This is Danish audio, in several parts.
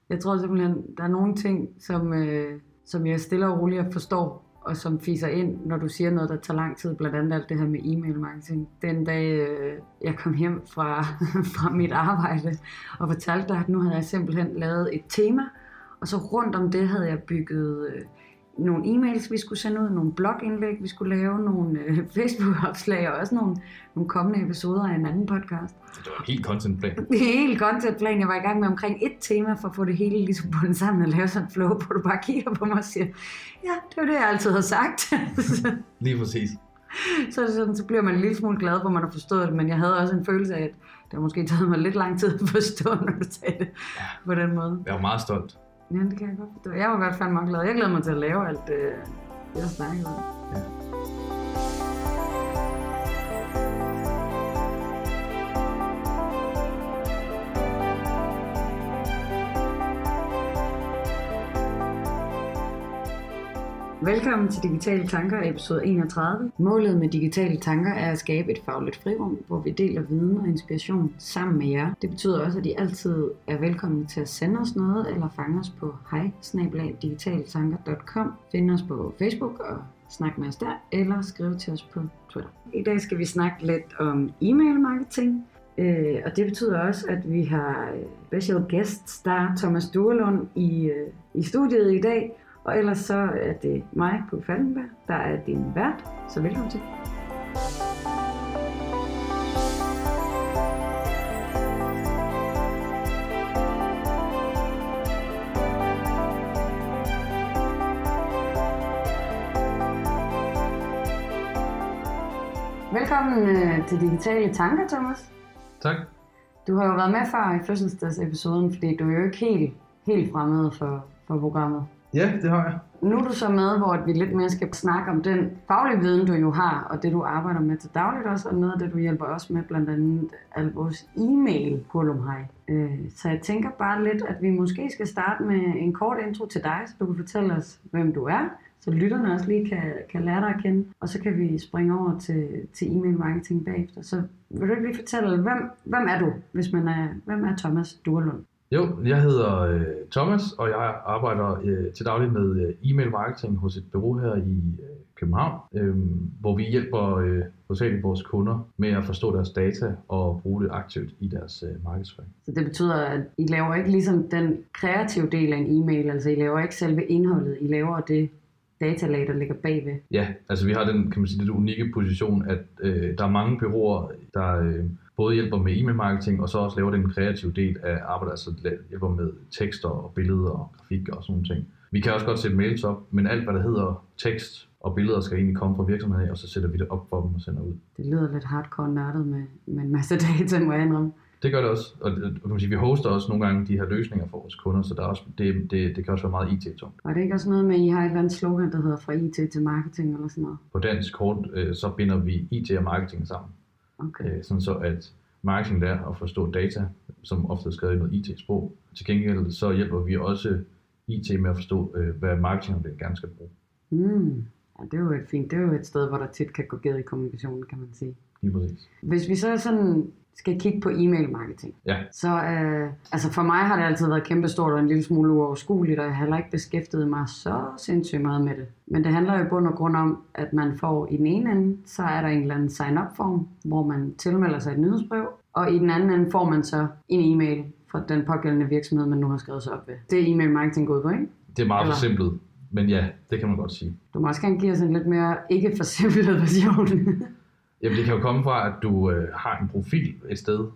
Jeg tror simpelthen, der er nogle ting, som jeg stille og roligt forstår, og som fiser ind, når du siger noget, der tager lang tid, blandt andet alt det her med e-mail marketing. Den dag, jeg kom hjem fra mit arbejde og fortalte dig, at nu havde jeg simpelthen lavet et tema, og så rundt om det havde jeg bygget nogle e-mails, vi skulle sende ud, nogle blogindlæg, vi skulle lave, nogle Facebook-opslag, og også nogle kommende episoder af en anden podcast. Det var en helt contentplan. Helt contentplan. Jeg var i gang med omkring et tema, for at få det hele ligesom bundet sammen og lave sådan en flow, hvor du bare kigger på mig og siger, ja, det er det, jeg altid har sagt. Lige præcis. Så bliver man en lille smule glad, hvor man har forstået det, men jeg havde også en følelse af, at det har måske taget mig lidt lang tid at forstå, når du sagde det på den måde. Jeg var meget stolt. Ja, det kan jeg godt forstå. Jeg var i hvert fald meget glad. Jeg glæder mig til at lave alt det, jeg snakkede om. Ja. Velkommen til Digitale Tanker, episode 31. Målet med Digitale Tanker er at skabe et fagligt frirum, hvor vi deler viden og inspiration sammen med jer. Det betyder også, at I altid er velkomne til at sende os noget, eller fange os på hej@digitaletanker.com. Find os på Facebook og snak med os der, eller skriv til os på Twitter. I dag skal vi snakke lidt om e-mail marketing. Og det betyder også, at vi har special guests, der er Thomas Durlund i studiet i dag. Og ellers så er det mig, Puk Falkenberg, der er din vært. Så velkommen til. Velkommen til Digitale Tanker, Thomas. Tak. Du har jo været med før i fødselsdagsepisoden, fordi du er jo ikke helt fremmed for programmet. Ja, det har jeg. Nu er du så med, hvor vi lidt mere skal snakke om den faglige viden, du jo har, og det du arbejder med til dagligt også, og noget af det, du hjælper os med, blandt andet al vores e-mail hurlumhej. Så jeg tænker bare lidt, at vi måske skal starte med en kort intro til dig, så du kan fortælle os, hvem du er, så lytterne også lige kan lære dig at kende, og så kan vi springe over til e-mail marketing bagefter. Så vil du ikke lige fortælle, hvem er du, hvem er Thomas Durlund? Jo, jeg hedder Thomas, og jeg arbejder til daglig med e-mail marketing hos et bureau her i København, hvor vi hjælper hovedsageligt vores kunder med at forstå deres data og bruge det aktivt i deres markedsføring. Så det betyder, at I laver ikke ligesom den kreative del af en e-mail, altså I laver ikke selve indholdet, I laver det datalag, der ligger bagved? Ja, altså vi har den, kan man sige, lidt unikke position, at der er mange bureauer, der både hjælper med e-mail marketing, og så også laver den kreative del af arbejdet, altså hjælper med tekster og billeder og grafik og sådan nogle ting. Vi kan også godt sætte mails op, men alt hvad der hedder tekst og billeder skal egentlig komme fra virksomheden, og så sætter vi det op for dem og sender ud. Det lyder lidt hardcore nørdet med en masse data, må jeg indrømme. Det gør det også, og kan man sige, vi hoster også nogle gange de her løsninger for vores kunder, så der er også, det kan også være meget IT-tungt. Og det er ikke også noget med, at I har et eller andet slogan, der hedder fra IT til marketing eller sådan noget? På dansk kort, så binder vi IT og marketing sammen. Okay. Sådan så at marketing lærer at forstå data, som ofte er skrevet i noget IT-sprog. Til gengæld så hjælper vi også IT med at forstå, hvad marketing gerne skal bruge. Ja, det er jo fint. Det er jo et sted, hvor der tit kan gå galt i kommunikationen, kan man sige. Lige præcis. Hvis vi så sådan skal kigge på e-mail marketing, ja. Så altså for mig har det altid været kæmpestort og en lille smule uoverskueligt, og jeg har heller ikke beskæftiget mig så sindssygt meget med det. Men det handler jo i bund og grund om, at man får i den ene ende, så er der en eller anden sign-up-form, hvor man tilmelder sig et nyhedsbrev, og i den anden ende får man så en e-mail fra den pågældende virksomhed, man nu har skrevet sig op ved. Det er e-mail marketing gået på, ikke? Det er meget forsimplet, men ja, det kan man godt sige. Du må også gerne give os en lidt mere ikke forsimplet version. Jamen det kan jo komme fra, at du har en profil et sted.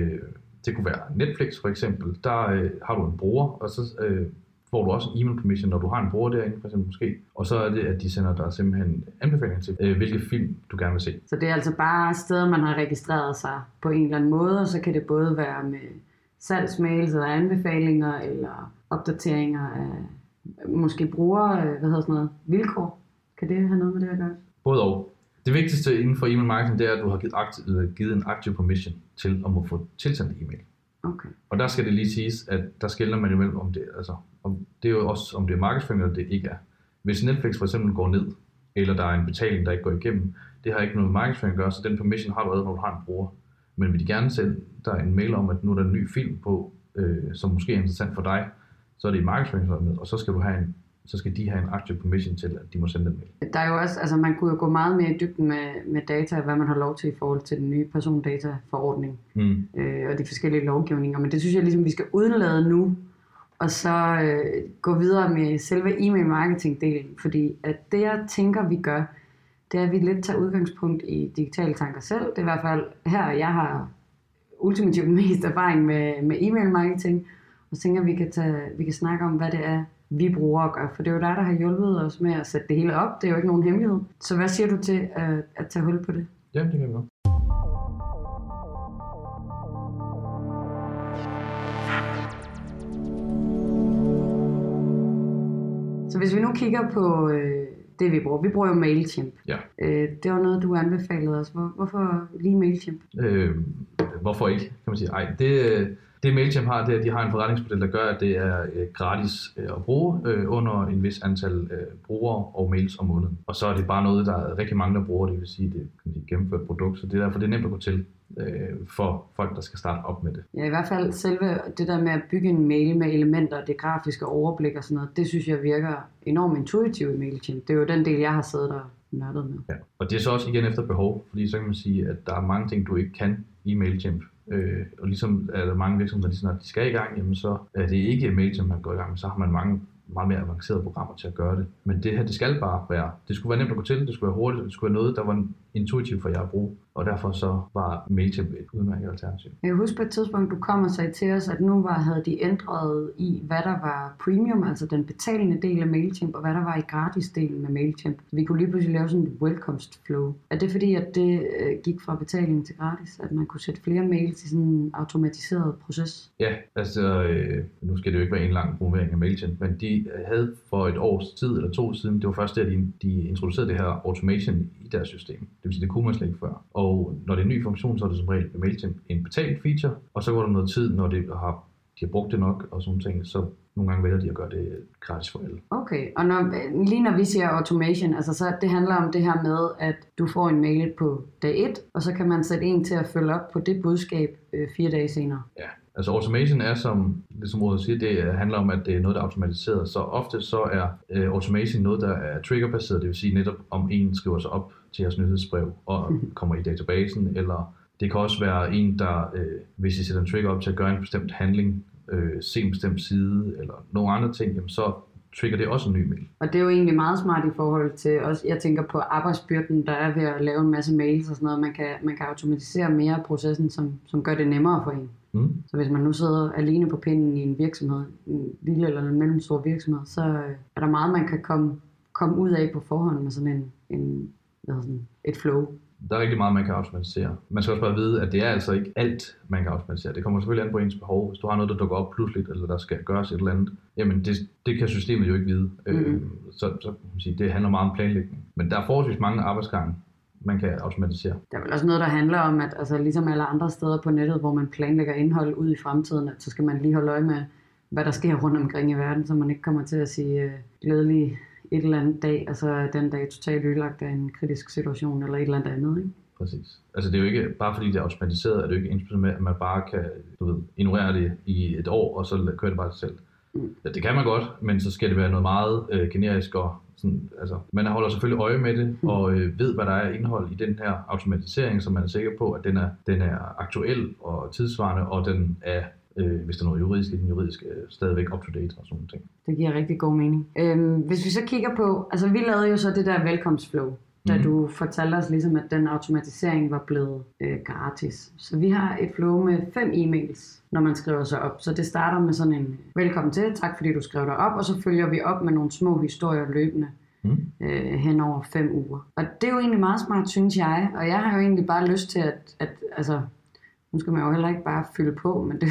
Det kunne være Netflix for eksempel. Der har du en bruger, og så får du også en e-mail permission, når du har en bruger derinde for eksempel måske. Og så er det, at de sender dig simpelthen anbefalinger til, hvilke film du gerne vil se. Så det er altså bare steder, man har registreret sig på en eller anden måde, og så kan det både være med salgsmails eller anbefalinger, eller opdateringer af måske vilkår. Kan det have noget med det at gøre? Både og. Det vigtigste inden for e-mail marketing, det er, at du har givet en aktiv permission til at må få tilsendt e-mail. Okay. Og der skal det lige siges, at der skelner man imellem, om det, det er jo også, om det er markedsføring, eller det ikke er. Hvis Netflix for eksempel går ned, eller der er en betaling, der ikke går igennem, det har ikke noget med markedsføring at gøre, så den permission har du allerede, når du har en bruger. Men vil de gerne sende dig en mail om, at nu er der en ny film på, som måske er interessant for dig, så er det i markedsføringsøjemed, og så skal de have en aktiv permission til, at de må sende den mail. Der er jo også, altså man kunne jo gå meget mere i dybden med data, hvad man har lov til i forhold til den nye persondataforordning og de forskellige lovgivninger, men det synes jeg ligesom, vi skal udenlade nu, og så gå videre med selve e-mail marketing-delen, fordi at det jeg tænker, vi gør, det er, at vi lidt tager udgangspunkt i digitale tanker selv. Det er i hvert fald her, jeg har ultimativt mest erfaring med e-mail marketing, og så tænker vi kan snakke om, hvad det er, vi bruger og gør, for det er jo dig, der har hjulpet os med at sætte det hele op. Det er jo ikke nogen hemmelighed. Så hvad siger du til at tage hul på det? Ja, det kan vi godt. Så hvis vi nu kigger på det, vi bruger jo MailChimp. Ja. Det var noget, du anbefalede os. Hvorfor lige MailChimp? Hvorfor ikke, kan man sige. Ej, det MailChimp har, det er, at de har en forretningsmodel, der gør, at det er gratis at bruge under en vis antal brugere og mails om måneden. Og så er det bare noget, der er rigtig mange, der bruger det, vil sige, det er et gennemført produkt, så det er derfor, det er nemt at gå til for folk, der skal starte op med det. Ja, i hvert fald selve det der med at bygge en mail med elementer, det grafiske overblik og sådan noget, det synes jeg virker enormt intuitivt i MailChimp. Det er jo den del, jeg har siddet og nørdet med. Ja, og det er så også igen efter behov, fordi så kan man sige, at der er mange ting, du ikke kan i MailChimp. Og ligesom er der mange virksomheder, der når de skal i gang, jamen så er det ikke MailChimp, man går i gang med, så har man mange meget mere avancerede programmer til at gøre det. Men det her, det skal bare være, det skulle være nemt at gå til, det skulle være hurtigt, det skulle være noget, der var intuitivt for jer at bruge, og derfor så var MailChimp et udmærket alternativ. Jeg husker på et tidspunkt, du kom og sagde til os, at nu havde de ændret i, hvad der var premium, altså den betalende del af MailChimp, og hvad der var i gratis-delen med MailChimp. Vi kunne lige pludselig lave sådan et velkomstflow. Er det fordi, at det gik fra betaling til gratis, at man kunne sætte flere mails i sådan en automatiseret proces? Ja, altså nu skal det jo ikke være en lang promovering af MailChimp, men de havde for et års tid eller 2 siden, det var først der, de introducerede det her automation i deres system. Det vil sige, det kunne man slet ikke før. Og når det er en ny funktion, så er det som regel med MailChimp en betalt feature, og så går der noget tid, når de har brugt det nok og sådan ting, så nogle gange vælger de at gøre det gratis for alle. Okay, og når vi siger automation, altså så det handler om det her med, at du får en mail på dag 1, og så kan man sætte en til at følge op på det budskab 4 dage senere. Ja, altså automation er, som ordet siger, det handler om, at det er noget, der er automatiseret. Så ofte så er automation noget, der er triggerbaseret, det vil sige netop om en skriver sig op til jeres nyhedsbrev og kommer i databasen, eller det kan også være en, der, hvis I sætter en trigger op til at gøre en bestemt handling, se en bestemt side, eller nogle andre ting, jamen så trigger det også en ny mail. Og det er jo egentlig meget smart i forhold til, også jeg tænker på arbejdsbyrden, der er ved at lave en masse mails og sådan noget. Man kan automatisere mere af processen, som gør det nemmere for en. Så hvis man nu sidder alene på pinden i en virksomhed, en lille eller en mellemstor virksomhed, så er der meget, man kan komme ud af på forhånd med sådan et flow. Der er rigtig meget, man kan automatisere. Man skal også bare vide, at det er altså ikke alt, man kan automatisere. Det kommer selvfølgelig an på ens behov. Hvis du har noget, der dukker op pludseligt, eller der skal gøres et eller andet, jamen det kan systemet jo ikke vide. Så kan man sige, det handler meget om planlægning. Men der er forholdsvis mange arbejdsgange, man kan automatisere. Der er vel også noget, der handler om, at altså, ligesom alle andre steder på nettet, hvor man planlægger indhold ud i fremtiden, at så skal man lige holde øje med, hvad der sker rundt omkring i verden, så man ikke kommer til at sige glædelig et eller andet dag, altså den dag totalt ødelagt af en kritisk situation eller et eller andet, ikke? Præcis. Altså det er jo ikke, bare fordi det er automatiseret, er det jo ikke ensbetydende med, at man bare kan, ignorere det i et år, og så kører det bare selv. Ja, det kan man godt, men så skal det være noget meget generisk og sådan, altså man holder selvfølgelig øje med det, og ved, hvad der er indhold i den her automatisering, så man er sikker på, at den er aktuel og tidsvarende, og den er hvis der er noget juridisk, er den juridisk stadigvæk up-to-date og sådan nogle ting. Det giver rigtig god mening. Hvis vi så kigger på, altså vi lavede jo så det der velkomstflow, da du fortalte os ligesom, at den automatisering var blevet gratis. Så vi har et flow med 5 e-mails, når man skriver sig op. Så det starter med sådan en velkommen til, tak fordi du skrev dig op, og så følger vi op med nogle små historier løbende hen over 5 uger. Og det er jo egentlig meget smart, synes jeg, og jeg har jo egentlig bare lyst til at altså, nu skal man jo heller ikke bare fylde på, men det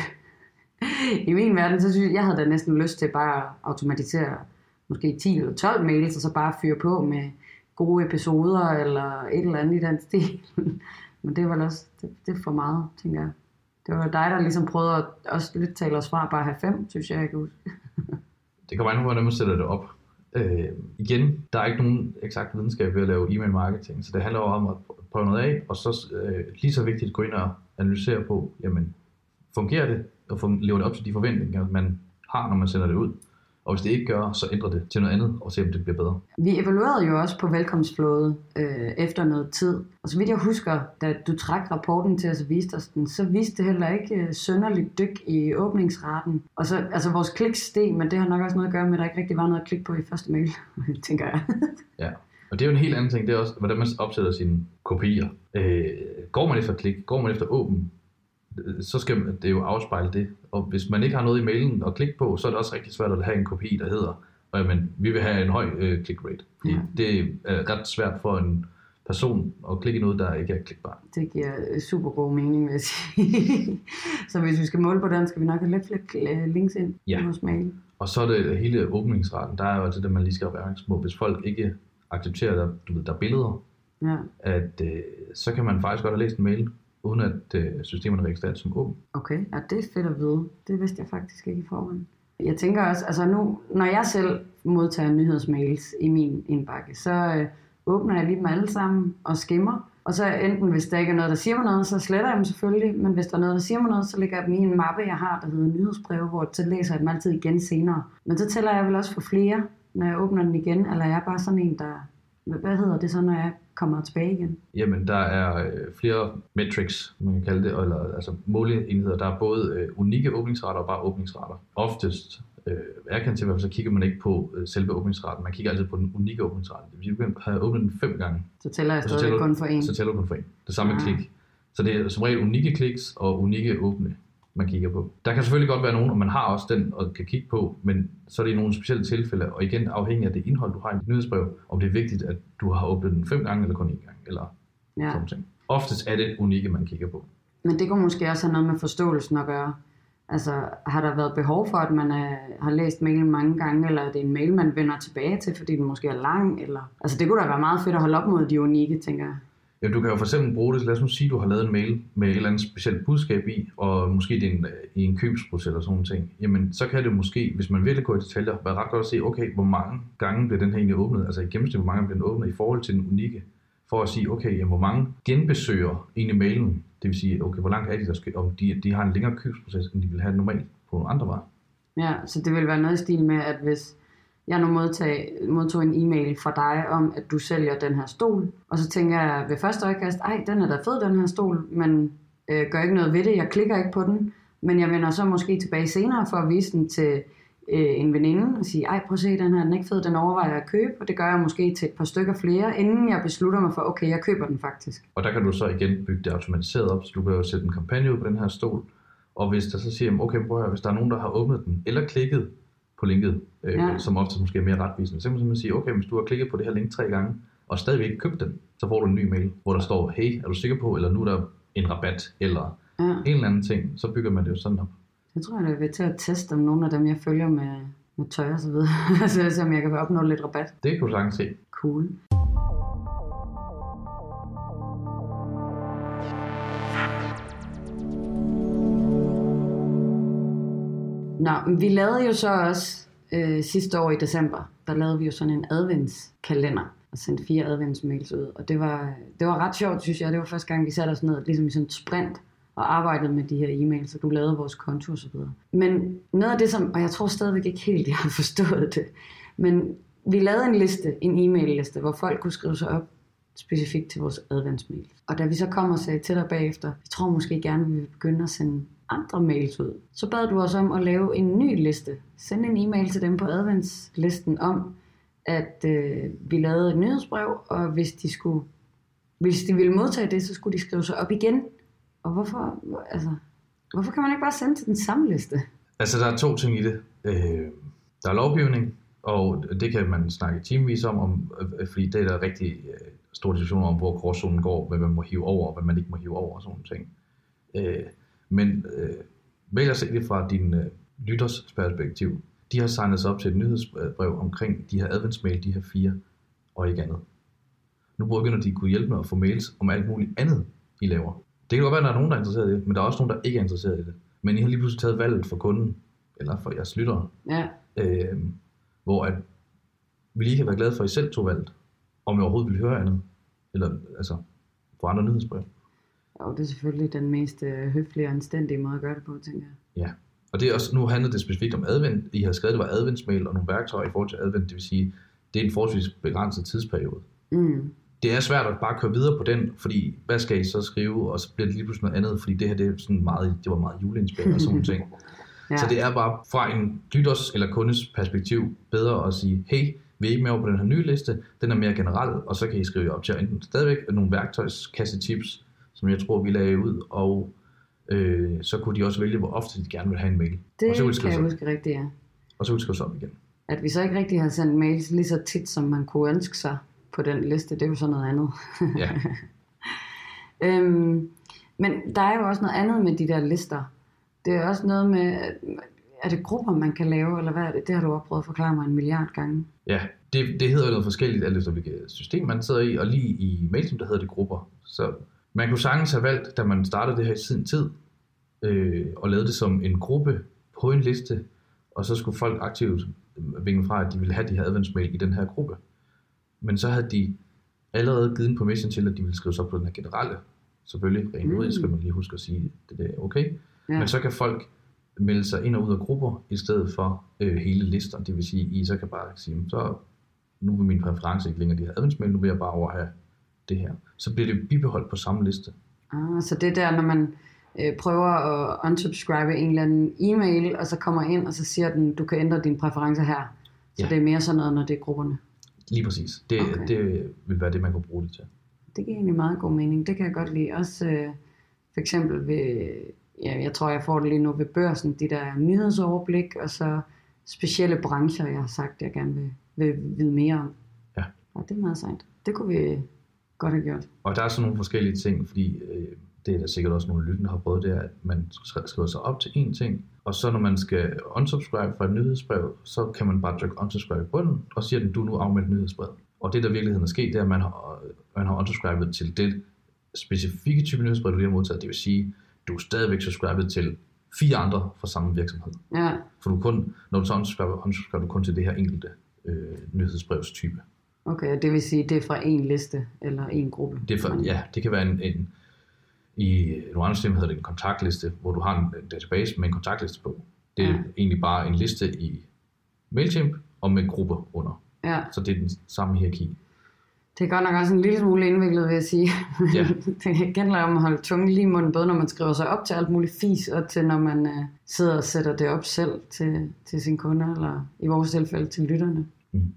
i min verden, så synes jeg havde da næsten lyst til bare at automatisere måske 10 eller 12 mails, og så bare fyre på med gode episoder, eller et eller andet i den stil. Men det var vel også, det er for meget, tænker jeg. Det var dig, der ligesom prøvede at også lidt tale os fra, bare have 5, synes jeg kan huske. Det kommer an på, hvordan man sætter det op. Igen, der er ikke nogen eksakt videnskab ved at lave e-mail marketing, så det handler om at prøve noget af, og så lige så vigtigt at gå ind og analysere på, jamen, fungerer det, og lever det op til de forventninger, man har, når man sender det ud. Og hvis det ikke gør, så ændrer det til noget andet, og se om det bliver bedre. Vi evaluerede jo også på velkomstflåde efter noget tid. Og så vidt jeg husker, da du trak rapporten til os og viste os den, så viste det heller ikke synderligt dyk i åbningsraten. Og så, altså vores kliks steg, men det har nok også noget at gøre med, at der ikke rigtig var noget at klikke på i første mail, tænker jeg. Ja, og det er jo en helt anden ting. Det er også, hvordan man opsætter sine kopier. Går man efter klik, går man efter åben, så skal det jo afspejle det. Og hvis man ikke har noget i mailen at klikke på, så er det også rigtig svært at have en kopi, der hedder, men vi vil have en høj click rate. Ja. Det er ret svært for en person at klikke i noget, der ikke er klikbart. Det giver super god mening, vil jeg sige. Så hvis vi skal måle på den, skal vi nok have lidt flere links ind i vores mail. Og så er det hele åbningsraten. Der er jo altid det, man lige skal være på. Hvis folk ikke accepterer, der er billeder, at, så kan man faktisk godt have læst en mail, uden at systemerne registrerer som åben. Okay, ja, det er fedt at vide. Det vidste jeg faktisk ikke i forvejen. Jeg tænker også, altså nu, når jeg selv modtager nyhedsmails i min indbakke, så åbner jeg lige dem alle sammen og skimmer. Og så enten, hvis der ikke er noget, der siger mig noget, så sletter jeg dem selvfølgelig. Men hvis der er noget, der siger mig noget, så lægger jeg dem i en mappe, jeg har, der hedder nyhedsbreve, hvor så læser jeg dem altid igen senere. Men så tæller jeg vel også for flere, når jeg åbner den igen, eller jeg er bare sådan en, der... Hvad hedder det så, når jeg kommer tilbage igen? Jamen, der er flere metrics, man kan kalde det, eller altså måleenheder. Der er både unikke åbningsrater og bare åbningsrater. Oftest, jeg kan til hvert fald, så kigger man ikke på selve åbningsraten. Man kigger altid på den unikke åbningsrate. Hvis du har åbnet den 5 gange, så tæller jeg stadig kun for en. Så tæller du kun for en. Det samme klik. Så det er som regel unikke kliks og unikke åbne, man kigger på. Der kan selvfølgelig godt være nogen, og man har også den og kan kigge på, men så er det i nogle specielle tilfælde, og igen afhængig af det indhold, du har i dit nyhedsbrev, om det er vigtigt, at du har åbnet den 5 gange eller kun 1 gang, eller sådan ting. Oftest er det unikke, man kigger på. Men det kunne måske også have noget med forståelsen at gøre. Altså, har der været behov for, at man har læst mailen mange gange, eller er det en mail, man vender tilbage til, fordi den måske er lang, eller... Altså, det kunne da være meget fedt at holde op mod de unikke, tænker jeg. Ja, du kan jo for eksempel bruge det, lad os nu sige, at du har lavet en mail med et eller andet specielt budskab i, og måske det er i en købsproces eller sådan ting. Jamen, så kan det måske, hvis man virkelig går i detaljer, være ret godt at se, okay, hvor mange gange bliver den her egentlig åbnet, altså i gennemsnit, hvor mange bliver den åbnet i forhold til den unikke, for at sige, okay, jamen, hvor mange genbesøger egentlig mailen, det vil sige, okay, hvor langt er de, der skal, om de har en længere købsproces, end de vil have normalt på nogle andre varer. Ja, så det vil være noget i stil med, at hvis jeg nu modtog en e-mail fra dig om, at du sælger den her stol, og så tænker jeg ved første øjekast, den er da fed, den her stol, men gør ikke noget ved det, jeg klikker ikke på den, men jeg vender så måske tilbage senere for at vise den til en veninde og sige, prøv at se, den her, den er ikke fed, den overvejer jeg at købe, og det gør jeg måske til et par stykker flere, inden jeg beslutter mig for, okay, jeg køber den faktisk. Og der kan du så igen bygge det automatiseret op, så du kan jo sætte en kampagne ud på den her stol, og hvis der så siger, okay, prøv at høre, hvis der er nogen, der har åbnet den, eller klikket på linket, som ofte måske er mere retvisende, så kan man sige, okay, hvis du har klikket på det her link 3 gange, og stadigvæk ikke købt den, så får du en ny mail, hvor der står, hey, er du sikker på, eller nu er der en rabat, eller en eller anden ting, så bygger man det jo sådan op. Jeg tror, jeg vil til at teste, om nogle af dem, jeg følger med tøj og så videre, så om jeg kan opnå lidt rabat. Det kan du sagtens se. Cool. Nå, vi lavede jo så også sidste år i december, der lavede vi jo sådan en adventskalender og sendte 4 adventsmails ud. Og det var ret sjovt, synes jeg. Det var første gang, vi satte os ned ligesom i sådan et sprint og arbejdede med de her e-mails, så du lavede vores konto og så videre. Men noget af det, og jeg tror stadigvæk ikke helt, jeg har forstået det, men vi lavede en e-mail-liste, hvor folk kunne skrive sig op specifikt til vores adventsmail. Og da vi så kom og sagde til dig bagefter, jeg tror måske gerne, vi vil begynde at sende andre mails ud, så bad du os om at lave en ny liste. Send en e-mail til dem på adventslisten om, at vi lavede et nyhedsbrev, og hvis de ville modtage det, så skulle de skrive sig op igen. Og hvorfor kan man ikke bare sende til den samme liste? Altså, der er 2 ting i det. Der er lovgivning, og det kan man snakke timevis om, fordi det er der rigtig store diskussioner om, hvor gråzonen går, hvad man må hive over, og hvad man ikke må hive over, og sådan nogle ting. Men vælg at se det fra din lytters perspektiv. De har signet sig op til et nyhedsbrev omkring de her adventsmail, de her 4, og ikke andet. Nu begynder de at kunne hjælpe med at få mails om alt muligt andet, I laver. Det kan godt være, at der er nogen, der er interesseret i det, men der er også nogen, der ikke er interesseret i det. Men I har lige pludselig taget valget for kunden, eller for jeres lyttere, hvor at vi lige kan være glade for, at I selv tog valget, om I overhovedet vil høre andet, eller altså få andre nyhedsbrev. Og det er selvfølgelig den mest høflige og anstændige måde at gøre det på, tænker jeg. Ja, Og det er også, nu handler det specifikt om advent. I har skrevet, det var adventsmail og nogle værktøjer i forhold til advent. Det vil sige, det er en forholdsvis begrænset tidsperiode. Det er svært at bare køre videre på den, fordi hvad skal I så skrive, og så bliver det lige pludselig noget andet, fordi det her det var meget juleinspireret og sådan nogle ting. Ja. Så det er bare fra en lytters eller kundes perspektiv bedre at sige, hey, vi er ikke med over på den her nye liste, den er mere generel, og så kan I skrive op til enten stadigvæk nogle værktøjskassetips, som jeg tror, vi lagde ud, og så kunne de også vælge, hvor ofte de gerne vil have en mail. Det og så kan jeg huske rigtigt, ja. Og så kunne de skrive op igen. At vi så ikke rigtig har sendt mails lige så tit, som man kunne ønske sig på den liste, det er jo så noget andet. Ja. Men der er jo også noget andet med de der lister. Det er også noget med, er det grupper, man kan lave, eller hvad er det? Det har du også prøvet at forklare mig 1 milliard gange. Ja, det hedder noget forskelligt, alt efter hvilket system man sidder i, og lige i MailChimp, der hedder det grupper. Så man kunne sagtens have valgt, da man startede det her i sin tid, og lavede det som en gruppe på en liste, og så skulle folk aktivt vinge fra, at de ville have de her adventsmail i den her gruppe. Men så havde de allerede givet en permission til, at de ville skrive sig op på den her generelle. Selvfølgelig, rent juridisk skal man lige huske at sige, at det er okay. Ja. Men så kan folk melde sig ind og ud af grupper, i stedet for hele lister. Det vil sige, I så kan bare sige, så nu vil min præference ikke længere de her adventsmail, nu vil jeg bare over have det her. Så bliver det bibeholdt på samme liste. Så det der, når man prøver at unsubscribe en eller anden e-mail, og så kommer ind, og så siger den, du kan ændre dine præferencer her. Så det er mere sådan noget, når det er grupperne. Lige præcis. Det vil være det, man kan bruge det til. Det giver egentlig meget god mening. Det kan jeg godt lide. Også for eksempel ved, jeg tror, jeg får det lige nu ved Børsen, de der nyhedsoverblik, og så specielle brancher, jeg har sagt, jeg gerne vil vide mere om. Ja. Og det er meget sejt. Det kunne vi godt have gjort. Og der er sådan nogle forskellige ting, fordi det er der sikkert også nogle lyttende, der har prøvet det, at man skriver sig op til én ting, og så når man skal unsubscribe fra et nyhedsbrev, så kan man bare trykke unsubscribe på den, og siger den, du er nu afmeldt nyhedsbrevet. Og det der virkeligheden er sket, det er, at man har unsubscribet til det specifikke type nyhedsbrev, du lige har modtaget. Det vil sige, du er stadigvæk subscribet til 4 andre fra samme virksomhed. Ja. For når du så unsubscriber du kun til det her enkelte nyhedsbrevstype. Okay, det vil sige, det er fra en liste eller en gruppe? Det kan være i nogle andre systemer hedder det en kontaktliste, hvor du har en database med en kontaktliste på. Det er egentlig bare en liste i MailChimp og med grupper under. Ja. Så det er den samme hierarki. Det er godt nok også en lille smule indviklet, vil jeg sige. Ja. Det gælder om at holde tungen lige i munden, både når man skriver sig op til alt muligt fis, og til når man sidder og sætter det op selv til sine kunder, eller i vores tilfælde til lytterne. Mm.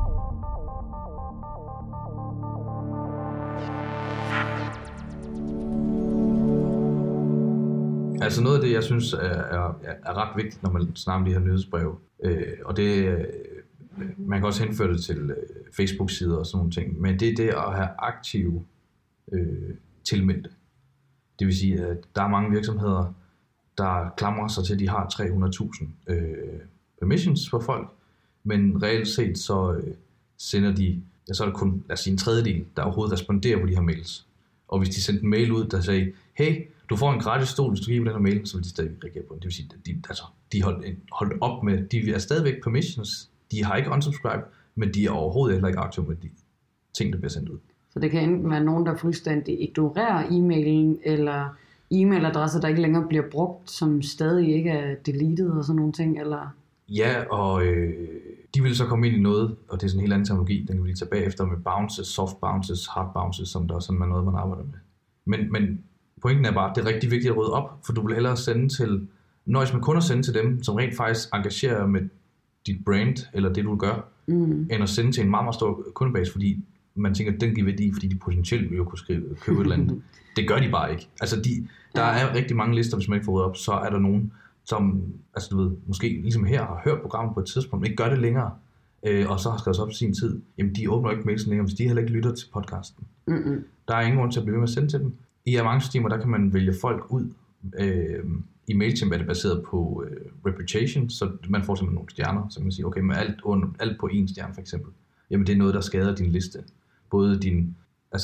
Altså noget af det, jeg synes er ret vigtigt, når man snakker om de her nyhedsbreve, og det man kan også henføre det til Facebook-sider og sådan nogle ting, men det er det at have aktive tilmeldte. Det vil sige, at der er mange virksomheder, der klamrer sig til, at de har 300.000 permissions for folk, men reelt set så sender de, så er det kun, lad os sige, en tredjedel, der overhovedet responderer på de her mails. Og hvis de sendte en mail ud, der sagde, hey, du får en gratis stol, hvis du giver den her mail, så vil de stadig reagere på den. Det vil sige, at de holdt op med, de er stadigvæk permissions, de har ikke unsubscribe, men de er overhovedet heller ikke aktive med de ting, der bliver sendt ud. Så det kan enten være nogen, der fuldstændig ignorerer e-mailen, eller e-mailadresser, der ikke længere bliver brugt, som stadig ikke er deleted og sådan nogle ting, eller? Ja, og de vil så komme ind i noget, og det er sådan en helt anden teknologi, den kan vi lige tage bagefter med bounces, soft bounces, hard bounces, som der er sådan noget, man arbejder med. Men pointen er bare, at det er rigtig vigtigt at rydde op, for du vil hellere sende til, nøjes med kun at sende til dem, som rent faktisk engagerer med dit brand, eller det du gør, end at sende til en meget, meget stor kundebase, fordi man tænker, at den giver værdi, fordi de potentielt vil jo kunne købe et eller andet. Det gør de bare ikke. Altså der er rigtig mange lister, hvis man ikke får ryddet op, så er der nogen, som, altså du ved, måske ligesom her har hørt programmet på et tidspunkt, men ikke gør det længere, og så har skrevet sig op til sin tid, jamen de åbner ikke mailsen længere, hvis de heller ikke lytter til podcasten. Der er ingen grund til at blive ved med at sende til dem. I mange systemer, der kan man vælge folk ud. I MailChimp er det baseret på reputation, så man får simpelthen nogle stjerner, så man siger, okay, med alt på en stjerne for eksempel, jamen det er noget, der skader din liste. Både din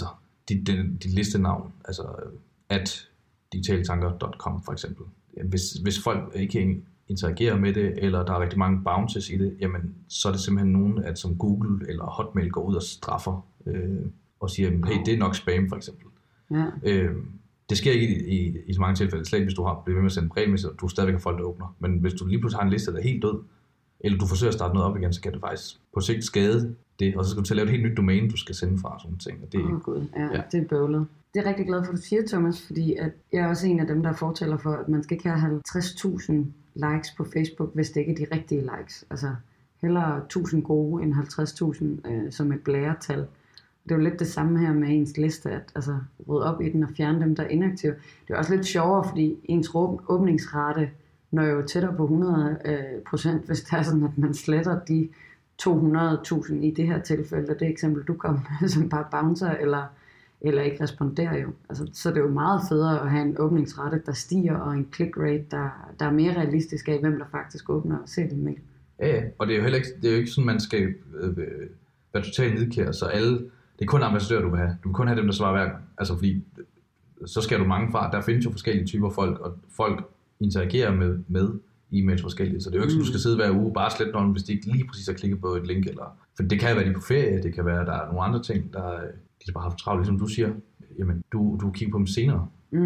listenavn, altså at digitaltanker.com for eksempel. Hvis folk ikke interagerer med det, eller der er rigtig mange bounces i det, jamen så er det simpelthen nogen, at som Google eller Hotmail går ud og straffer, og siger, hey, det er nok spam for eksempel. Ja. Det sker ikke i så mange tilfælde, slet hvis du har blivet ved med at sende regelmæssigt, og du stadigvæk har folk, der åbner. Men hvis du lige pludselig har en liste, der er helt død, eller du forsøger at starte noget op igen, så kan det faktisk på sigt skade det, og så skal du til at lave et helt nyt domæne, du skal sende fra, sådan ting. Og det, Gud, ja, det er bøvlet. Det er jeg rigtig glad for, at du siger, Thomas, fordi at jeg er også en af dem, der fortæller for, at man skal ikke have 50.000 likes på Facebook, hvis det ikke er de rigtige likes. Altså hellere 1.000 gode end 50.000 som et blæretal. Det er jo lidt det samme her med ens liste, at altså, rydde op i den og fjerne dem, der er inaktive. Det er også lidt sjovere, fordi ens åbningsrate når jo tættere på 100%, hvis det er sådan, at man sletter de 200.000 i det her tilfælde, og det eksempel, du kom med, som bare bouncer eller ikke responderer jo. Altså, så det er jo meget federe at have en åbningsrate, der stiger, og en click rate, der er mere realistisk af, hvem der faktisk åbner og ser din mail. Ja, og det er jo heller ikke, det er jo ikke sådan, man skal være totalt nidkær, så alle, det er kun ambassadører, du vil have. Du vil kun have dem, der svarer hver gang. Altså fordi, så skal du mange fra. Der findes jo forskellige typer folk, og folk interagerer med e-mails forskellige. Så det er jo ikke sådan, du skal sidde hver uge bare slette nogen, hvis de ikke lige præcis har klikket på et link. Eller, for det kan være, de er på ferie, det kan være, der er nogle andre ting, der de bare har travlt, ligesom du siger. Jamen, du kigger på dem senere.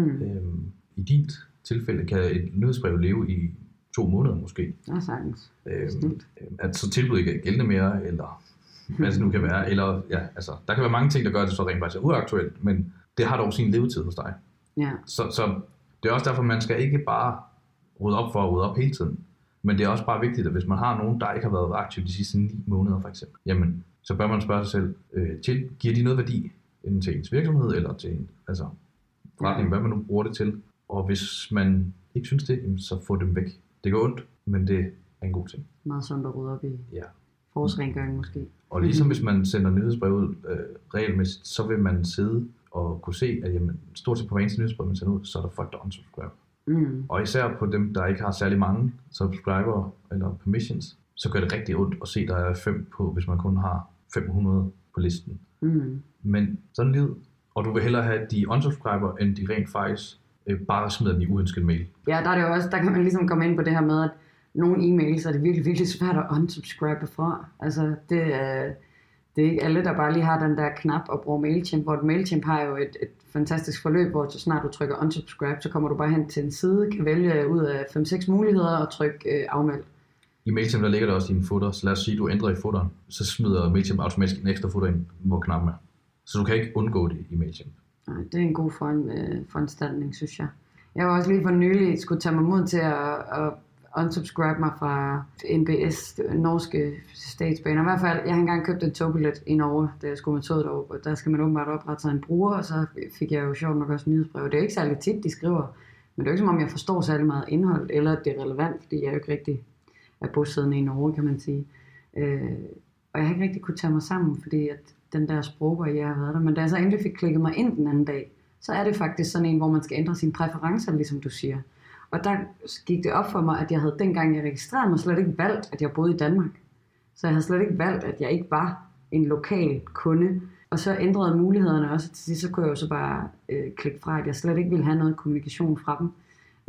I dit tilfælde kan et nyhedsbrev leve i 2 måneder måske. Ja, sagtens. At så tilbud ikke er gældende mere, eller hvad det nu kan være. Eller, ja, altså, der kan være mange ting, der gør, at det så rent faktisk er uaktuelt, men det har dog sin levetid hos dig. Ja. Så det er også derfor, man skal ikke bare rydde op for at rydde op hele tiden. Men det er også bare vigtigt, at hvis man har nogen, der ikke har været aktiv de sidste 9 måneder for eksempel, jamen, så bør man spørge sig selv, giver de noget værdi enten til ens virksomhed eller til en forretning, hvad man nu bruger det til. Og hvis man ikke synes det, så få dem væk. Det går ondt, men det er en god ting. Meget sundt at rydde op i. Ja. Forårsrengøring måske. Og ligesom hvis man sender nyhedsbrev ud regelmæssigt, så vil man sidde og kunne se, at jamen, stort set på hver eneste nyhedsbrev, man sender ud, så er der folk, der unsubscriber. Og især på dem, der ikke har særlig mange subscriber eller permissions, så gør det rigtig ondt at se, at der er 5 på, hvis man kun har 500 på listen. Men sådan livet. Og du vil hellere have de unsubscriber, end de rent faktisk bare smider den i uønsket mail. Ja, der er det jo også, der kan man ligesom komme ind på det her med, at nogle e-mails er det virkelig, virkelig svært at unsubscribe fra. Altså, det er ikke alle, der bare lige har den der knap og bruger MailChimp, hvor MailChimp har jo et fantastisk forløb, hvor så snart du trykker unsubscribe, så kommer du bare hen til en side, kan vælge ud af 5-6 muligheder og trykke afmeld. I MailChimp der ligger der også i en footer, så lad os sige, at du ændrer i footeren, så smider MailChimp automatisk en ekstra footer ind, hvor knappen er. Så du kan ikke undgå det i MailChimp. Nej, det er en god foranstaltning, synes jeg. Jeg var også lige for nylig skulle tage mig mod til at unsubscribe mig fra NBS, norske statsbaner. I hvert fald, jeg har engang købt en togbillet i Norge, da jeg skulle med toget deroppe, og der skal man åbenbart oprette sig en bruger, og så fik jeg jo sjovt nok også nyhedsbrev. Det er jo ikke særlig tit, de skriver, men det er jo ikke som om, jeg forstår særlig meget indhold, eller at det er relevant, fordi jeg er jo ikke rigtig er bosiddende i Norge, kan man sige. Og jeg har ikke rigtig kunne tage mig sammen, fordi at den der sprogbarriere har været der. Men da jeg så endelig fik klikket mig ind den anden dag, så er det faktisk sådan en, hvor man skal ændre sine præferencer, ligesom du siger. Og der gik det op for mig, at jeg havde dengang jeg registrerede mig slet ikke valgt, at jeg boede i Danmark. Så jeg havde slet ikke valgt, at jeg ikke var en lokal kunde. Og så ændrede mulighederne også. Til sidst så kunne jeg jo så bare klikke fra, at jeg slet ikke ville have noget kommunikation fra dem.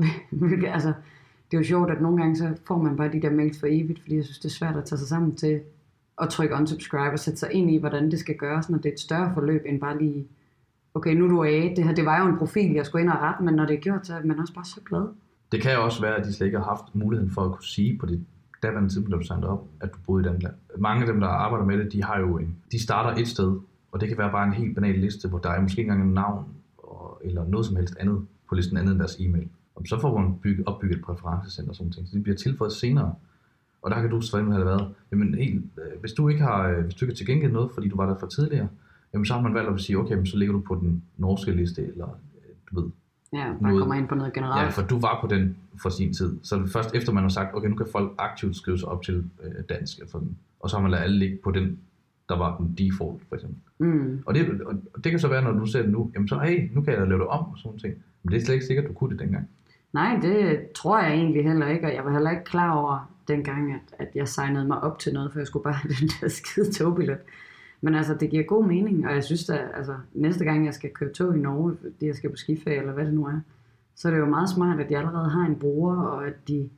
Altså, det er jo sjovt, at nogle gange så får man bare de der mails for evigt, fordi jeg synes, det er svært at tage sig sammen til at trykke unsubscribe og sætte sig ind i, hvordan det skal gøres, når det er et større forløb end bare lige, okay, nu er du af, det var jo en profil, jeg skulle ind og rette, men når det er gjort, så er man også bare så glad. Det kan jo også være, at de slet ikke har haft muligheden for at kunne sige på det daværende tidspunkt, da du signede op, at du boede i Danmark. Mange af dem, der arbejder med det, de starter et sted, og det kan være bare en helt banal liste, hvor der er måske ikke engang en navn, eller noget som helst andet på listen andet end deres e-mail. Og så får man opbygget et præferencecenter og sådan ting, så det bliver tilføjet senere. Og der kan du så have været, jamen hvis du ikke har tilgængeligt noget, fordi du var der for tidligere, jamen så har man valgt at sige, okay, så ligger du på den norske liste, eller du ved. Ja, man kommer ind på noget generelt. Ja, for du var på den for sin tid. Så først efter man har sagt, okay, nu kan folk aktivt skrive sig op til dansk, og så har man ladet alle ligge på den, der var den default, for eksempel. Og det kan så være, når du ser det nu, jamen så, hey, nu kan jeg lave det om, og sådan ting. Men det er slet ikke sikkert, du kunne det dengang. Nej, det tror jeg egentlig heller ikke, og jeg var heller ikke klar over dengang, at jeg signede mig op til noget, for jeg skulle bare have den der skide togbillet. Men altså, det giver god mening, og jeg synes da, altså, næste gang jeg skal køre tog i Norge, fordi jeg skal på skiferie, eller hvad det nu er, så er det jo meget smart, at jeg allerede har en bruger, og at de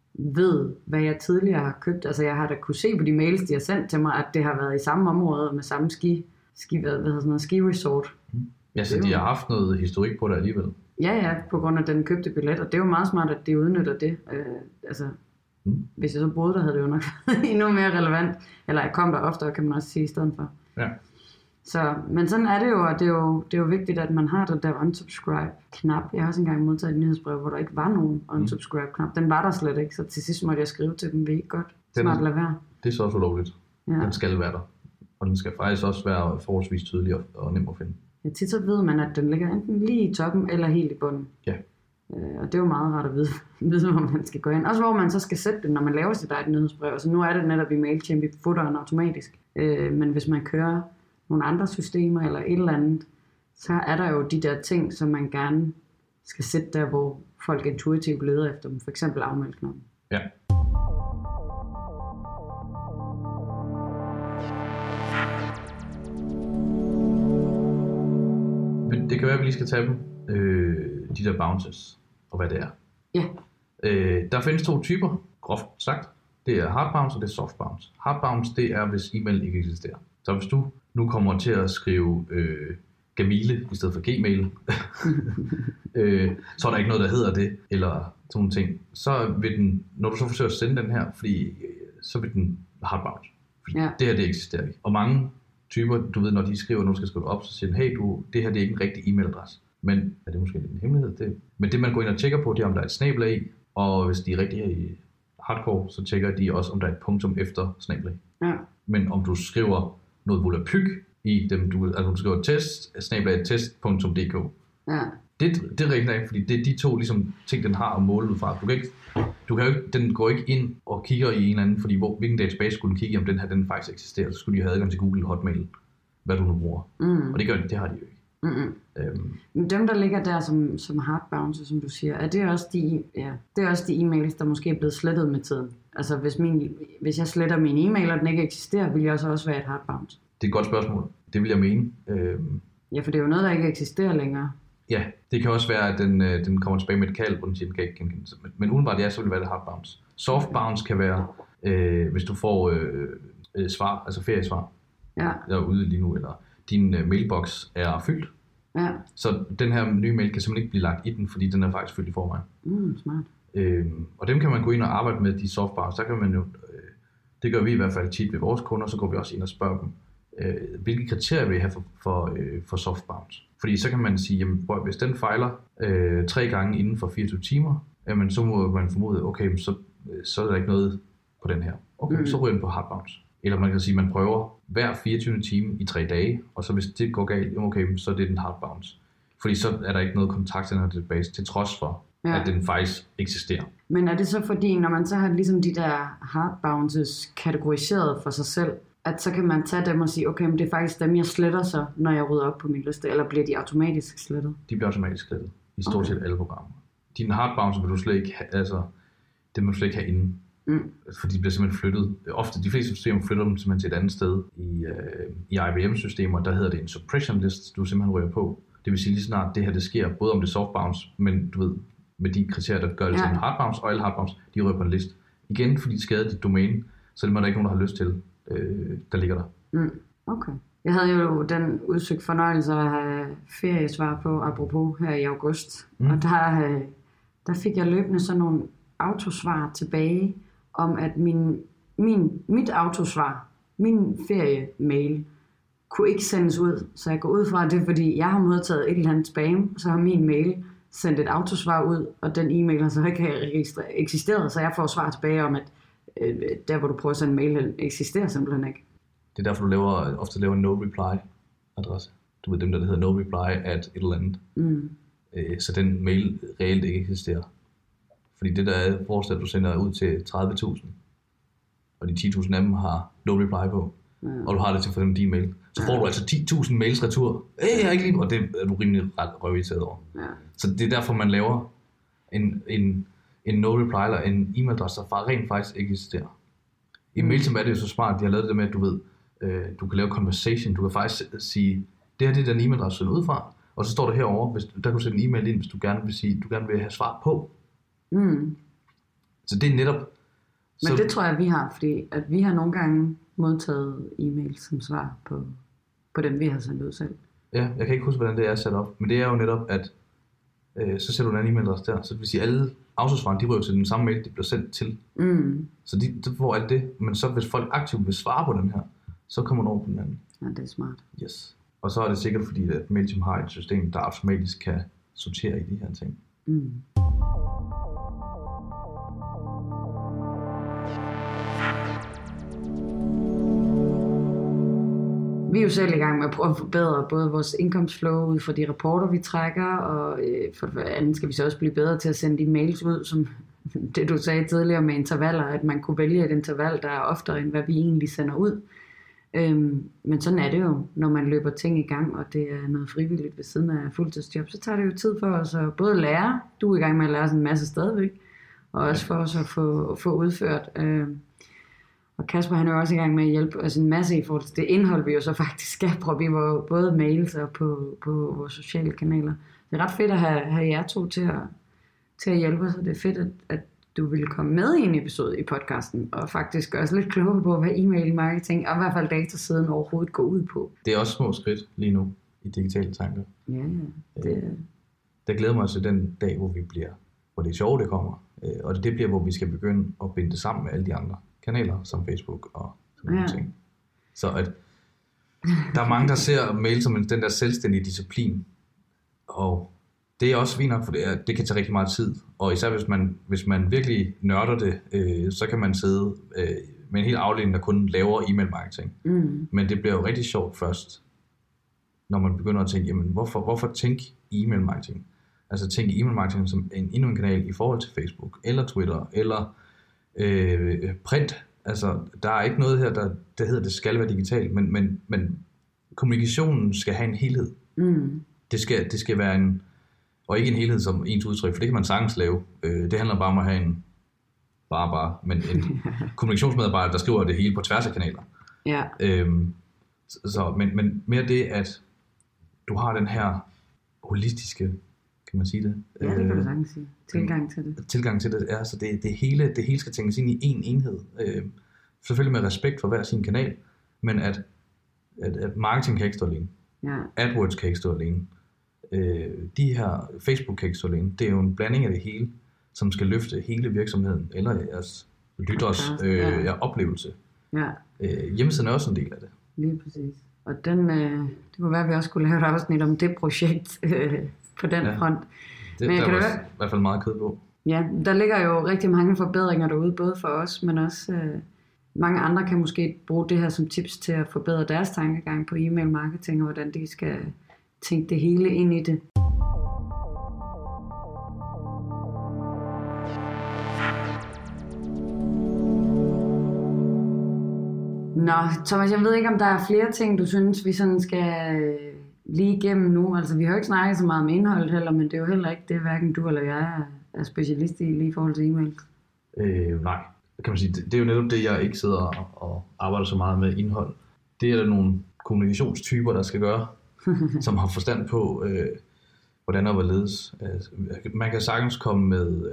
ved, hvad jeg tidligere har købt. Altså, jeg har da kunne se på de mails, de har sendt til mig, at det har været i samme område, med samme ski resort. Ja, så de har haft noget historik på det alligevel. Ja, på grund af den købte billet, og det er jo meget smart, at de udnytter det. Hvis jeg så boede der, havde det jo nok været endnu mere relevant. Eller jeg kom der oftere, kan man også sige, i stedet for. Ja. Så, men sådan er det jo, og det er jo vigtigt, at man har den der unsubscribe-knap. Jeg har også engang modtaget et nyhedsbrev, hvor der ikke var nogen unsubscribe-knap. Den var der slet ikke, så til sidst måtte jeg skrive til dem, vi ikke godt. Smart lade være. Det er så også ulovligt. Ja. Den skal være der. Og den skal faktisk også være forholdsvis tydelig og nem at finde. Ja, tit så ved man, at den ligger enten lige i toppen eller helt i bunden. Ja. Og det er jo meget rart at vide, hvor man skal gå ind. Også hvor man så skal sætte det, når man laver sit eget nyhedsbrev. Altså nu er det netop i MailChimp i footeren automatisk. Men hvis man kører nogle andre systemer eller et eller andet, så er der jo de der ting, som man gerne skal sætte der, hvor folk intuitivt leder efter dem. For eksempel afmeldknappen. Ja. Det kan være, at vi lige skal tage dem, de der bounces, og hvad det er. Ja. Der findes 2 typer, groft sagt. Det er hard bounce og det er soft bounce. Hard bounce, det er, hvis e-mail ikke eksisterer. Så hvis du nu kommer til at skrive Gamile i stedet for Gmail, så er der ikke noget, der hedder det, eller sådan nogle ting. Så vil den, når du så forsøger at sende den her, så vil den hard bounce. Det her, det eksisterer ikke. Og mange typer, du ved, når de skriver, når du skal skrive det op, så siger de, hey, det her det er ikke en rigtig e-mailadresse. Men er det måske en hemmelighed? Men det man går ind og tjekker på, det er, om der er et snabel-a, og hvis de er rigtig hardcore, så tjekker de også, om der er et punktum efter snabel-a. Ja. Men om du skriver noget volapyk i dem, altså du skriver test.test.dk. Ja. Det er rigtig, fordi det er de 2 ligesom, ting, den har at måle ud fra. Den går ikke ind og kigger i en eller anden, fordi hvilken database skulle den kigge i, om den her den faktisk eksisterer, så skulle de have adgang til Google Hotmail, hvad du nu bruger. Og det har de jo ikke. Dem, der ligger der som hard bounce, som du siger, er det også de e-mails, der måske er blevet slettet med tiden? Altså hvis jeg sletter min e-mail, og den ikke eksisterer, vil jeg også være et hard bounce? Det er et godt spørgsmål. Det vil jeg mene. Ja, for det er jo noget, der ikke eksisterer længere. Ja, det kan også være, at den kommer tilbage med et kald, hvor den siger, den kan ikke genkende. Men udenbart, så vil det være et hard bounce. Soft bounce kan være, hvis du får svar, altså feriesvar, derude lige nu, eller din mailbox er fyldt. Ja. Så den her nye mail kan simpelthen ikke blive lagt i den, fordi den er faktisk fyldt i forvejen. Smart. Og dem kan man gå ind og arbejde med, de soft bounce. Så kan man jo, det gør vi i hvert fald tit ved vores kunder, så går vi også ind og spørger dem, hvilke kriterier vil I have for soft bounce? Fordi så kan man sige, jamen, hvis den fejler 3 gange inden for 24 timer, jamen, så må man formode, okay, så er der ikke noget på den her. Okay, så ryger den på hard bounce. Eller man kan sige, at man prøver hver 24. time i 3 dage, og så hvis det går galt, okay, så er det den hard bounce. Fordi så er der ikke noget kontakt til den her database, til trods for, at den faktisk eksisterer. Men er det så fordi, når man så har ligesom de der hard bounces kategoriseret for sig selv, at så kan man tage dem og sige, okay, men det er faktisk dem, jeg sletter så, når jeg rydder op på min liste, eller bliver de automatisk slettet? De bliver automatisk slettet, i stort set alle programmer. Dine hard bounces vil du slet ikke have, det må du slet ikke have inde. Fordi de bliver simpelthen flyttet. Ofte, de fleste systemer flytter dem simpelthen til et andet sted. I IBM-systemer, der hedder det en suppression list, du simpelthen ryger på. Det vil sige lige snart, det her det sker, både om det er soft bounce, men du ved, med de kriterier, der gør det til en hard bounce, og alle hard bounce, de ryger på en liste. Igen, fordi de skader dit domæne, så det må der ikke nogen, der har lyst til, der ligger der. Okay. Jeg havde jo den udsøgt fornøjelse at have feriesvar på, apropos her i august. Og der fik jeg løbende sådan nogle autosvar tilbage, om at mit autosvar, min feriemail, kunne ikke sendes ud. Så jeg går ud fra, at det er fordi, jeg har modtaget et eller andet spam, så har min mail sendt et autosvar ud, og den e-mail har så ikke eksisteret, så jeg får svar tilbage om, at der hvor du prøver at sende en mail, eksisterer simpelthen ikke. Det er derfor, du ofte laver en no-reply-adresse. Du ved dem, der hedder no-reply at et eller andet. Så den mail reelt ikke eksisterer. Fordi det der er forestil, at du sender ud til 30.000, og de 10.000 af dem har no-reply på, og du har det til for dem din mail. Så får du altså 10.000 mails retur. Jeg er ikke lige, og det er du rimelig ret røvirriteret over. Så det er derfor, man laver en no-reply eller en e-mailadresse, der rent faktisk ikke eksisterer. I MailChimp er det jo så smart, de har lavet det med, at du ved, du kan lave conversation, du kan faktisk sige, det her det er den e-mailadresse, du sender ud fra, og så står der herovre, der kan du sætte en e-mail ind, hvis du gerne vil sige, du gerne vil have svar på. Så det er netop... Men det tror jeg, vi har, fordi at vi har nogle gange modtaget e-mails som svar på dem, vi har sendt ud selv. Ja, jeg kan ikke huske, hvordan det er sat op, men det er jo netop, at så sætter du en anden e-mailadresse der. Så det vil sige, at alle autosvarene, de ryger til den samme mail, de bliver sendt til. Så de får alt det. Men så hvis folk aktivt vil svare på den her, så kommer man over på den anden. Ja, det er smart. Yes. Og så er det sikkert fordi, at MailChimp har et system, der automatisk kan sortere i de her ting. Vi er jo selv i gang med at prøve at forbedre både vores indkomstflow ud fra de rapporter, vi trækker, og for det andet skal vi så også blive bedre til at sende de mails ud, som det du sagde tidligere med intervaller, at man kunne vælge et interval, der er oftere end hvad vi egentlig sender ud. Men sådan er det jo, når man løber ting i gang, og det er noget frivilligt ved siden af fuldtidsjob, så tager det jo tid for os at både lære, du er i gang med at lære sådan en masse stadigvæk, og også for os at få udført. Og Kasper han er jo også i gang med at hjælpe os en masse i forhold til det indhold, vi jo så faktisk skal prøve. Vi var både mails og på vores sociale kanaler. Det er ret fedt at have jer to til at hjælpe os, og det er fedt, at du ville komme med i en episode i podcasten, og faktisk gøre os lidt klogere på, hvad e-mail marketing, og i hvert fald datasiden overhovedet går ud på. Det er også små skridt lige nu i digitale tanker. Ja, det der glæder mig til den dag, hvor det er sjovt, det kommer. Og det bliver, hvor vi skal begynde at binde det sammen med alle de andre kanaler, som Facebook og sådan nogle ting. Så at der er mange, der ser mail som den der selvstændige disciplin, og det er også fint nok, for det kan tage rigtig meget tid, og især hvis man virkelig nørder det, så kan man sidde med en hel afdeling, der kun laver e-mail marketing. Men det bliver jo rigtig sjovt først, når man begynder at tænke, jamen hvorfor tænke e-mail marketing? Altså tænke e-mail marketing som endnu en kanal i forhold til Facebook, eller Twitter, eller print. Altså der er ikke noget her, der hedder, det skal være digitalt, men kommunikationen skal have en helhed. Det skal være og ikke en helhed som ens udtryk, for det kan man sagtens lave. Det handler bare om at have en kommunikationsmedarbejder, der skriver det hele på tværs af kanaler. Ja. Men mere det, at du har den her holistiske, kan man sige det? Ja, det kan du sagtens sige. Tilgang til det. Ja, så det hele skal tænkes ind i en enhed. Selvfølgelig med respekt for hver sin kanal, men at marketing kan ikke stå alene. Ja. AdWords kan ikke stå alene. De her Facebook kan ikke stå alene. Det er jo en blanding af det hele, som skal løfte hele virksomheden, eller jeres lytteres oplevelse. Ja. Hjemmesiden er også en del af det. Lige præcis. Og det kunne være, at vi også skulle lave et afsnit om det projekt på den front. Men der er i hvert fald meget kød på. Ja, der ligger jo rigtig mange forbedringer derude, både for os, men også mange andre kan måske bruge det her som tips til at forbedre deres tankegang på e-mail marketing, og hvordan de skal tænke det hele ind i det. Nå, Thomas, jeg ved ikke, om der er flere ting, du synes, vi sådan skal lige igennem nu. Altså, vi har jo ikke snakket så meget om indholdet heller, men det er jo heller ikke det, hverken du eller jeg er specialist i lige i forhold til e-mail. Nej, kan man sige. Det er jo netop det, jeg ikke sidder og arbejder så meget med indhold. Det er der nogle kommunikationstyper, der skal gøre, som har forstand på, hvordan og hvorledes. Man kan sagtens komme med,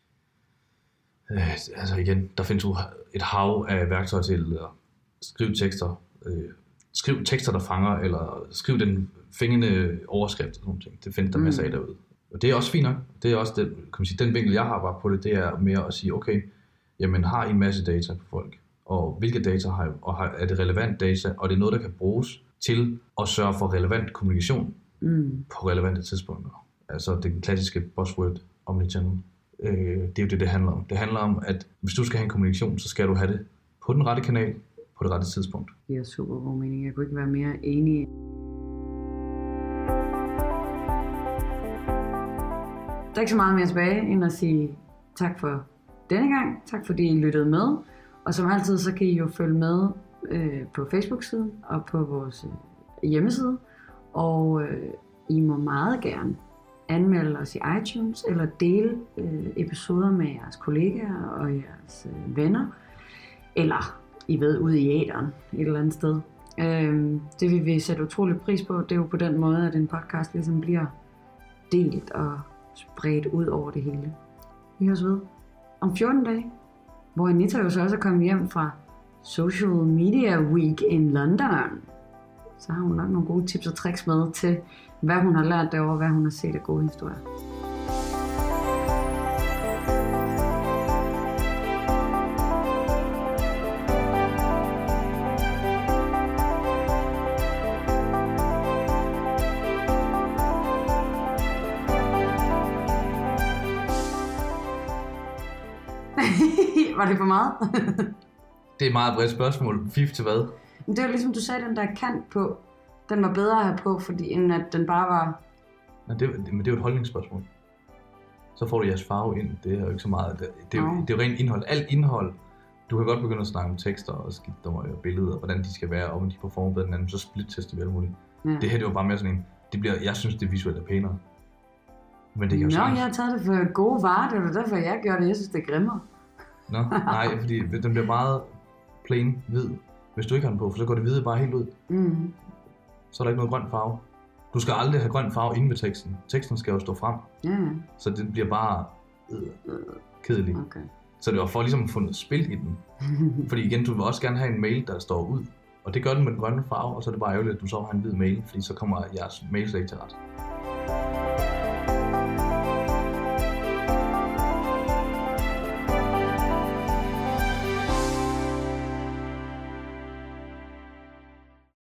altså igen, der findes jo et hav af værktøjer til at skrive tekster. Skriv tekster, der fanger, eller skriv den fængende overskrift og sådan noget. Det findes der masser af derude. Og det er også fint nok. Det er også det, kan man sige, den vinkel, jeg har bare på det er mere at sige, okay, jamen har I en masse data på folk, og hvilke data har I, og er det relevant data, og det er noget, der kan bruges til at sørge for relevant kommunikation på relevante tidspunkter. Altså det klassiske buzzword omnichannel. Det er jo det handler om. Det handler om, at hvis du skal have en kommunikation, så skal du have det på den rette kanal, på det rette tidspunkt. Det er super god mening. Jeg kunne ikke være mere enig. Der er ikke så meget mere tilbage, end at sige tak for denne gang. Tak fordi I lyttede med. Og som altid, så kan I jo følge med på Facebook-siden og på vores hjemmeside. Og I må meget gerne anmelde os i iTunes, eller dele episoder med jeres kollegaer og jeres venner. Eller I ved, ude i æteren et eller andet sted. Det vil vi sætte utrolig pris på. Det er jo på den måde, at en podcast ligesom bliver delt og spredt ud over det hele. Vi høres ved om 14 dage, hvor Anita jo så også er kommet hjem fra Social Media Week in London. Så har hun nok nogle gode tips og tricks med til, hvad hun har lært derovre, hvad hun har set af gode historier. var det for meget? Det er et meget bredt spørgsmål. Fif til hvad? Men det var ligesom du sagde, den der kant på, den var bedre at have på, fordi end at den bare var... Men det er jo et holdningsspørgsmål. Så får du jeres farve ind. Det er jo ikke så meget. Det er jo rent indhold. Alt indhold. Du kan godt begynde at snakke om tekster og skifter og billeder, og hvordan de skal være, og om de performer bedre end anden, så split-tester vi alt muligt. Ja. Det her det var bare mere sådan en, jeg synes det visuelt er pænere. Men det kan jo jeg har taget det for gode varer, det var derfor jeg gør det, jeg synes det er grimmere. Nej, fordi den bliver meget plain hvid, hvis du ikke har den på, for så går det hvide bare helt ud. Så er der ikke noget grøn farve. Du skal aldrig have grøn farve inde ved teksten. Teksten skal jo stå frem, så det bliver bare kedelig. Okay. Så det var for ligesom at få noget spil i den. Fordi igen, du vil også gerne have en mail, der står ud. Og det gør den med den grønne farve, og så er det bare ærgerligt, at du så har en hvid mail, fordi så kommer jeres mail slet ikke til ret.